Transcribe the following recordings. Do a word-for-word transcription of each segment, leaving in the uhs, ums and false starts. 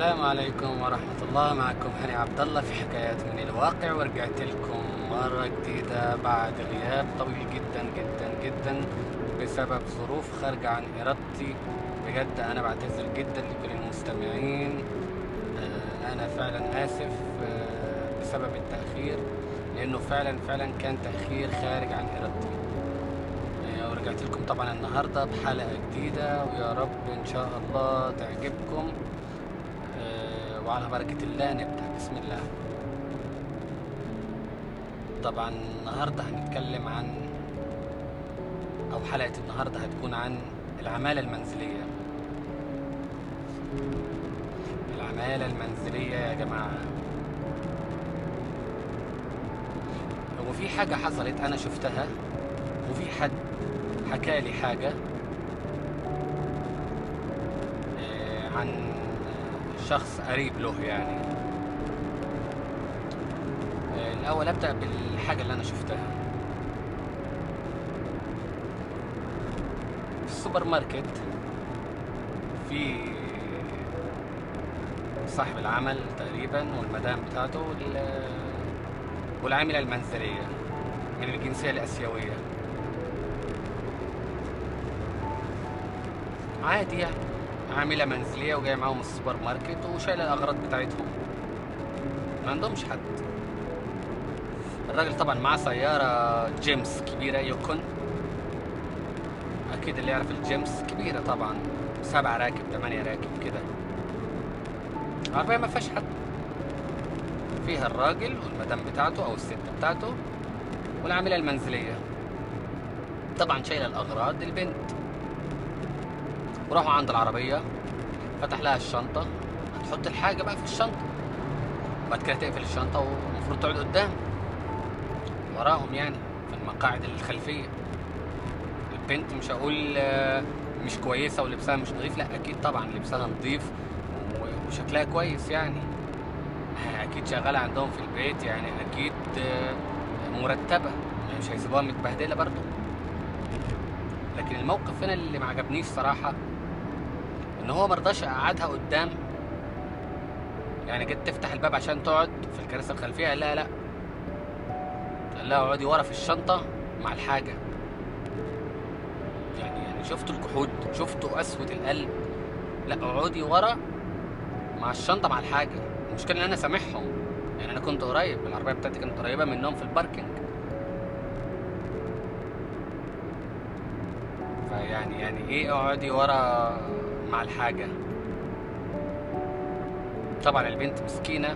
السلام عليكم ورحمة الله. معكم هاني عبد الله في حكايات من الواقع، ورجعت لكم مرة جديدة بعد غياب طويل جدا جدا جدا بسبب ظروف خارجة عن إرادتي. بجد أنا بعتذر جدا لكل المستمعين. آه، أنا فعلا آسف آه، بسبب التأخير، لأنه فعلا فعلا كان تأخير خارج عن إرادتي. آه، ورجعت لكم طبعا النهاردة بحلقة جديدة، ويا رب إن شاء الله تعجبكم. آه، وعلى بركة الله نبدأ. بسم الله. طبعا النهاردة هنتكلم عن، أو حلقة النهاردة هتكون عن العمالة المنزلية. العمالة المنزلية يا جماعة، هو في حاجة حصلت أنا شفتها، وفي حد حكالي حاجة آه، عن شخص قريب له يعني. آه، الأول أبدأ بالحاجة اللي أنا شفتها في السوبر ماركت. في صاحب العمل تقريبا والمدام بتاعته وال- والعاملة المنزلية من الجنسية الآسيوية. عادي يعني، عاملة منزلية وجاية معاهم السوبر ماركت وشايلة الأغراض بتاعتهم، ما عندهمش حد. الراجل طبعا معاه سيارة جيمس كبيرة يوكون، أكيد اللي يعرف الجيمس كبيرة طبعا، سبع راكب تمانية راكب كده. العربية ما فيهاش حد، فيها الراجل والمدام بتاعته أو الست بتاعته والعاملة المنزلية. طبعا شايلة الأغراض البنت. وراحوا عند العربية، فتح لها الشنطة، هتحط الحاجة بقى في الشنطة، بعد كده تقفل الشنطة ومفروض تقعد قدام وراهم يعني في المقاعد الخلفية. البنت مش هقول آه، مش كويسة ولبسها مش نظيف، لا أكيد طبعا لبسها نظيف و- وشكلها كويس يعني. آه، أكيد شغالة عندهم في البيت يعني، أكيد آه، مرتبة، مش هيسيبوها متبهدلة برضو. لكن الموقف هنا اللي ما عجبنيش صراحة، إن هو مرضاش يقعدها قدام. يعني جت تفتح الباب عشان تقعد في الكراسي الخلفية، قال لها لا، قال لها اقعدي ورا في الشنطة مع الحاجة. يعني يعني شفتوا الجحود، شفتوا قسوة القلب. لا، اقعدي ورا مع الشنطة مع الحاجة. المشكلة ان انا سامحهم، يعني انا كنت قريب، العربية بتاعتي كانت قريبة منهم في الباركينج. فيعني يعني ايه اقعدي ورا مع الحاجة؟ طبعا البنت مسكينة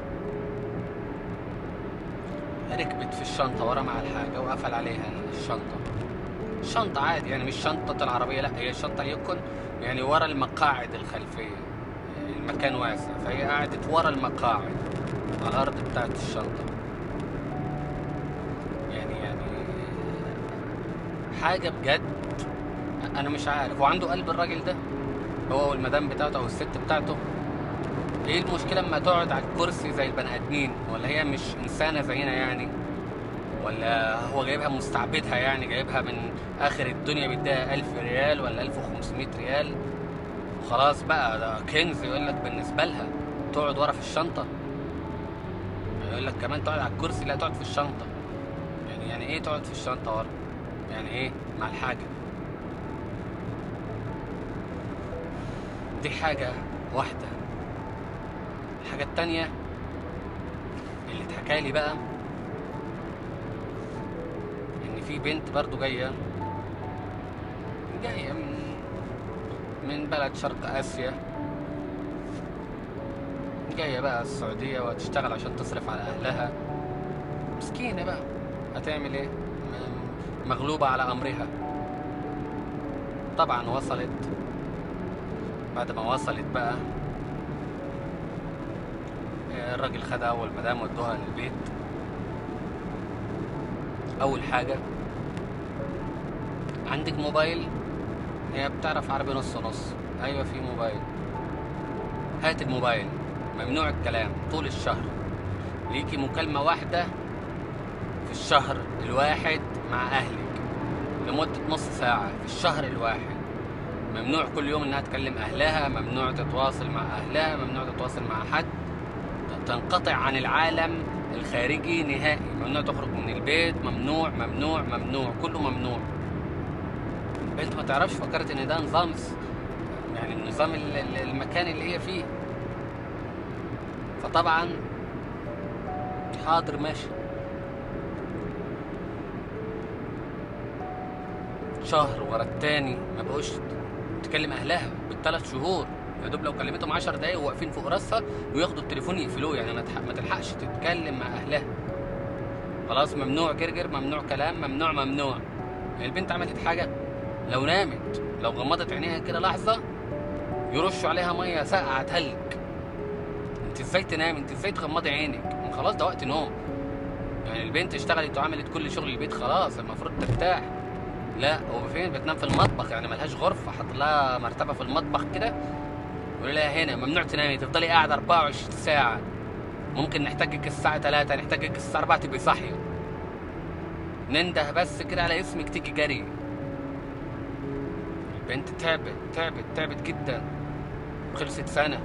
ركبت في الشنطة ورا مع الحاجة وقفل عليها الشنطة. الشنطة عادي يعني، مش شنطة العربية، لا هي الشنطة يكون يعني ورا المقاعد الخلفية، المكان واسع، فهي قعدت ورا المقاعد على الأرض بتاعت الشنطة. يعني يعني حاجة بجد. أنا مش عارف، هو عنده قلب الراجل ده، هو والمدام بتاعته أو الست بتاعته؟ إيه المشكلة أما تقعد على الكرسي زي البني آدمين؟ ولا هي مش إنسانة زينا يعني؟ ولا هو جايبها مستعبدها يعني، جايبها من آخر الدنيا بيديها ألف ريال ولا ألف وخمسمية ريال وخلاص بقى، ده كنز يقول لك بالنسبة لها تقعد ورا في الشنطة. يقول لك كمان تقعد على الكرسي، لا تقعد في الشنطة. يعني يعني ايه تقعد في الشنطة ورا؟ يعني ايه مع الحاجة؟ دي حاجة واحدة. الحاجة التانية اللي اتحكالي بقى، ان في بنت برضو جاية جاية من من بلد شرق اسيا، جاية بقى السعودية وهتشتغل عشان تصرف على اهلها. مسكينة بقى، هتعمل ايه؟ م- مغلوبة على امرها. طبعا وصلت، بعد ما وصلت بقى الراجل خدها والمدام ودوها للبيت. اول حاجة، عندك موبايل؟ هي بتعرف عربي نص نص، ايوه في موبايل، هات الموبايل. ممنوع الكلام طول الشهر، ليكي مكالمة واحدة في الشهر الواحد مع اهلك لمدة نص ساعة في الشهر الواحد. ممنوع كل يوم انها تكلم اهلها، ممنوع تتواصل مع اهلها، ممنوع تتواصل مع حد، تنقطع عن العالم الخارجي نهائي، ممنوع تخرج من البيت، ممنوع ممنوع ممنوع، كله ممنوع. البنت ما تعرفش، فكرت ان ده نظام، يعني النظام المكان اللي هي فيه. فطبعا حاضر ماشي. شهر ورا التاني ما بقوش تكلم اهلها، بالثلاث شهور يا دوب لو كلمتهم عشر دقايق وواقفين فوق راسها وياخدوا التليفون يقفلوه، يعني ما تلحقش تتكلم مع اهلها. خلاص ممنوع جرجر، ممنوع كلام، ممنوع ممنوع. البنت عملت حاجه، لو نامت، لو غمضت عينيها كده لحظه يرشوا عليها ميه ساقعه تهلك. انت ازاي تنام؟ انت ازاي تغمضي عينك؟ خلاص ده وقت نوم. يعني البنت اشتغلت وعملت كل شغل البيت، خلاص المفروض ترتاح. لا، هو فين؟ بتنام في المطبخ، يعني ملهاش غرفه، حط لها مرتبه في المطبخ كده ويقول لها هنا ممنوع تنامي، تفضلي قاعده أربعة وعشرين ساعه، ممكن نحتاجك الساعه تلاتة، نحتاجك الساعه أربعة تبقي صاحيه، ننده بس كده على اسمك تيجي جري. البنت تعبت تعبت تعبت جدا. خلصت سنه،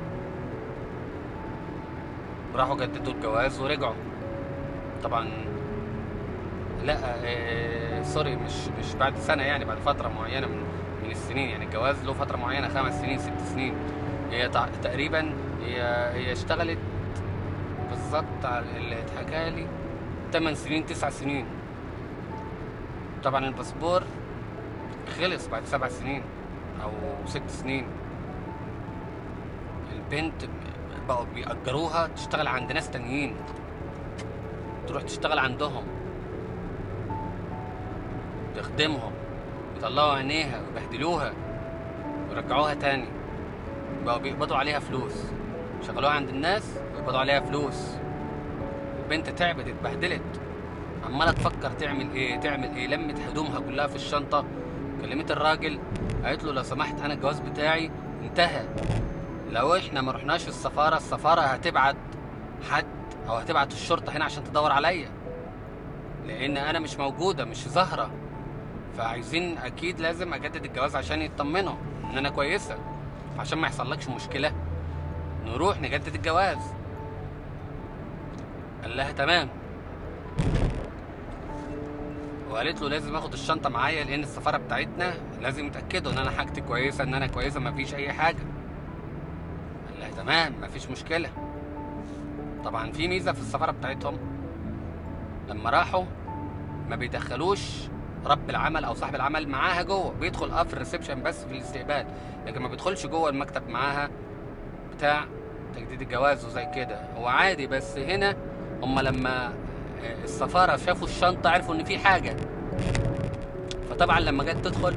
راحوا جددوا الجواز ورجعوا. طبعا لا آه سوري، مش مش بعد سنه، يعني بعد فتره معينه من من السنين، يعني الجواز له فتره معينه، خمس سنين ست سنين. هي تقريبا هي هي اشتغلت بالظبط على اللي اتحكى لي ثمان سنين تسع سنين. طبعا الباسبور خلص بعد سبع سنين او ست سنين. البنت بقوا بيأجروها تشتغل عند ناس تانيين، تروح تشتغل عندهم، تخدمهم، يطلعوا عينيها ويبهدلوها ويرجعوها تاني. بقوا بيقبضوا عليها فلوس، شغلوها عند الناس ويقبضوا عليها فلوس. البنت تعبت اتبهدلت، عماله تفكر تعمل ايه تعمل ايه. لمت هدومها كلها في الشنطه، كلمت الراجل قالت له لو سمحت انا الجواز بتاعي انتهى، لو احنا ما رحناش السفاره، السفاره هتبعت حد او هتبعت الشرطه هنا عشان تدور عليا، لان انا مش موجوده، مش ظاهره، فعايزين اكيد لازم اجدد الجواز عشان يطمنوا ان انا كويسه، عشان ما يحصلكش مشكله نروح نجدد الجواز. قال لها تمام، وقالت له لازم اخد الشنطه معايا لان السفاره بتاعتنا لازم يتاكدوا ان انا حاجتي كويسه، ان انا كويسه ما فيش اي حاجه. قال لها تمام ما فيش مشكله. طبعا في ميزه في السفاره بتاعتهم، لما راحوا ما بيدخلوش رب العمل او صاحب العمل معاها جوه، بيدخل اه في الريسبشن بس في الاستقبال، لكن ما بيدخلش جوه المكتب معاها بتاع تجديد الجواز وزي كده. هو عادي، بس هنا هم لما السفاره شافوا الشنطه عرفوا ان في حاجه، فطبعا لما جت تدخل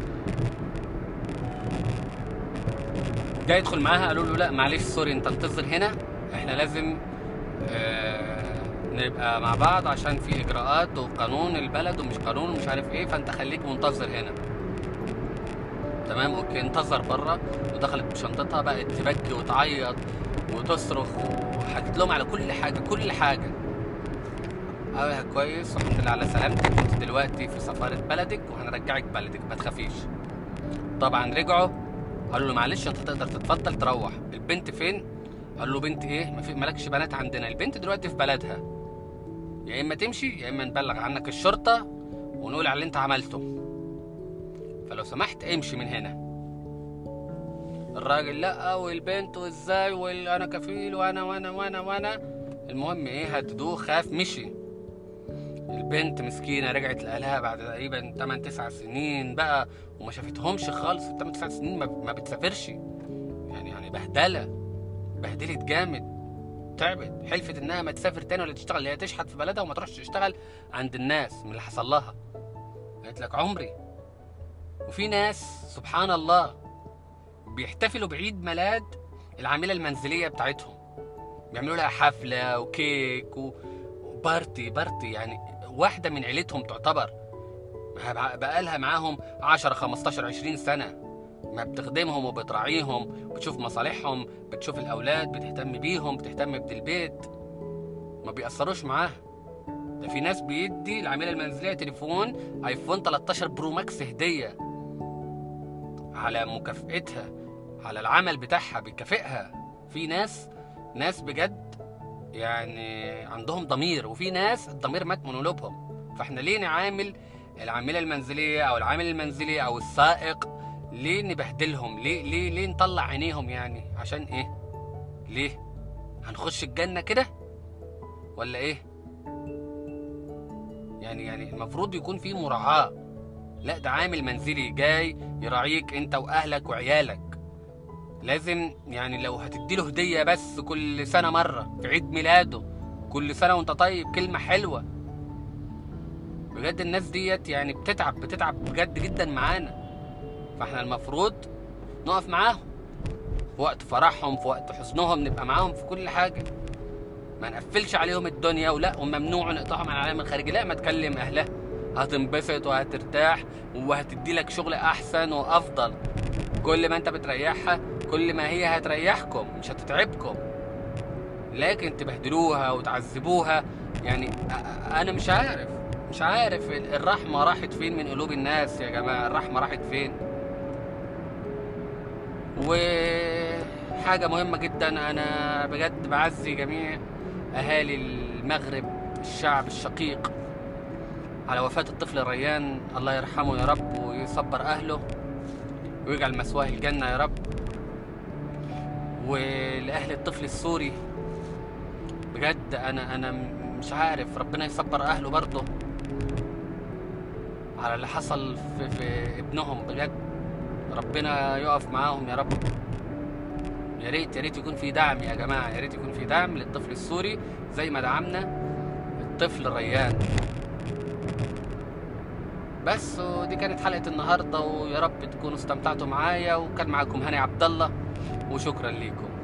جاي يدخل معاها قالوا له لا معلش سوري انت انتظر هنا، احنا لازم آه نبقى مع بعض عشان في اجراءات وقانون البلد ومش قانون ومش عارف ايه، فانت خليك منتظر هنا. تمام اوكي، انتظر بره، ودخلت بشنطتها بقت تبكي وتعيط وتصرخ، وحكت لهم على كل حاجه كل حاجه. قالها كويس والحمد لله على سلامتك، انت دلوقتي في سفاره بلدك وهنرجعك بلدك ما تخافيش. طبعا رجعوا قالوا له معلش انت تقدر تتفضل تروح. البنت فين؟ قال له بنت ايه؟ ما في مالكش بنات عندنا، البنت دلوقتي في بلدها، يا اما تمشي يا اما نبلغ عنك الشرطه ونقول على اللي انت عملته، فلو سمحت امشي من هنا. الراجل لا، والبنت وازاي، وانا كفيل وانا وانا وانا وانا المهم ايه، هددوه، خاف، مشي. البنت مسكينه رجعت لاهلها بعد تقريبا تمن تسع سنين بقى، وما شافتهمش خالص. في تمن تسع سنين ما بتسافرش، يعني يعني بهدله، بهدلت جامد، تعبت، حلفت انها ما تسافر تاني ولا تشتغل، هي تشحت في بلدها وما تروحش تشتغل عند الناس من اللي حصل لها. قالت لك عمري. وفي ناس سبحان الله بيحتفلوا بعيد ميلاد العامله المنزليه بتاعتهم، بيعملوا لها حفله وكيك وبارتي بارتي، يعني واحده من عيلتهم تعتبر، بقالها معاهم عشرة خمستاشر عشرين سنه، ما بتخدمهم وبتراعيهم، بتشوف مصالحهم، بتشوف الاولاد، بتهتم بيهم، بتهتم بالبيت، ما بيأثروش معاها. ده في ناس بيدي العامله المنزليه تليفون ايفون تلتاشر برو ماكس هديه على مكافئتها، على العمل بتاعها بيكافئها. في ناس ناس بجد يعني عندهم ضمير، وفي ناس الضمير مات من قلوبهم. فاحنا ليه نعامل العامله المنزليه او العامل المنزلي او السائق، ليه نبهدلهم؟ ليه ليه ليه نطلع عينيهم؟ يعني عشان ايه؟ ليه؟ هنخش الجنه كده ولا ايه؟ يعني يعني المفروض يكون في مراعاه. لا، ده عامل منزلي جاي يراعيك انت واهلك وعيالك، لازم يعني لو هتديله هديه بس كل سنه مره في عيد ميلاده، كل سنه وانت طيب، كلمه حلوه. بجد الناس ديت يعني بتتعب بتتعب بجد جدا معانا، فاحنا المفروض نقف معاهم في وقت فرحهم، في وقت حزنهم، نبقى معاهم في كل حاجه. ما نقفلش عليهم الدنيا، ولا وممنوع نقطعهم عن العالم الخارجي. لا، ما تكلم اهلها، هتنبسط وهترتاح وهتدي لك شغل احسن وافضل. كل ما انت بتريحها كل ما هي هتريحكم، مش هتتعبكم. لكن تبهدلوها وتعذبوها، يعني انا مش عارف مش عارف الرحمه راحت فين من قلوب الناس يا جماعه؟ الرحمه راحت فين؟ وحاجه مهمه جدا، انا بجد بعزي جميع اهالي المغرب، الشعب الشقيق، على وفاه الطفل ريان. الله يرحمه يا رب ويصبر اهله ويجعل مثواه الجنه يا رب. ولاهل الطفل السوري بجد انا انا مش عارف، ربنا يصبر اهله برضه على اللي حصل في, في ابنهم. بجد ربنا يقف معاهم يا رب. يا ريت يا ريت يكون في دعم يا جماعه، يا ريت يكون في دعم للطفل السوري زي ما دعمنا الطفل ريان. بس ودي كانت حلقه النهارده، ويا رب تكونوا استمتعتوا معايا، وكان معاكم هاني عبد الله، وشكرا ليكم.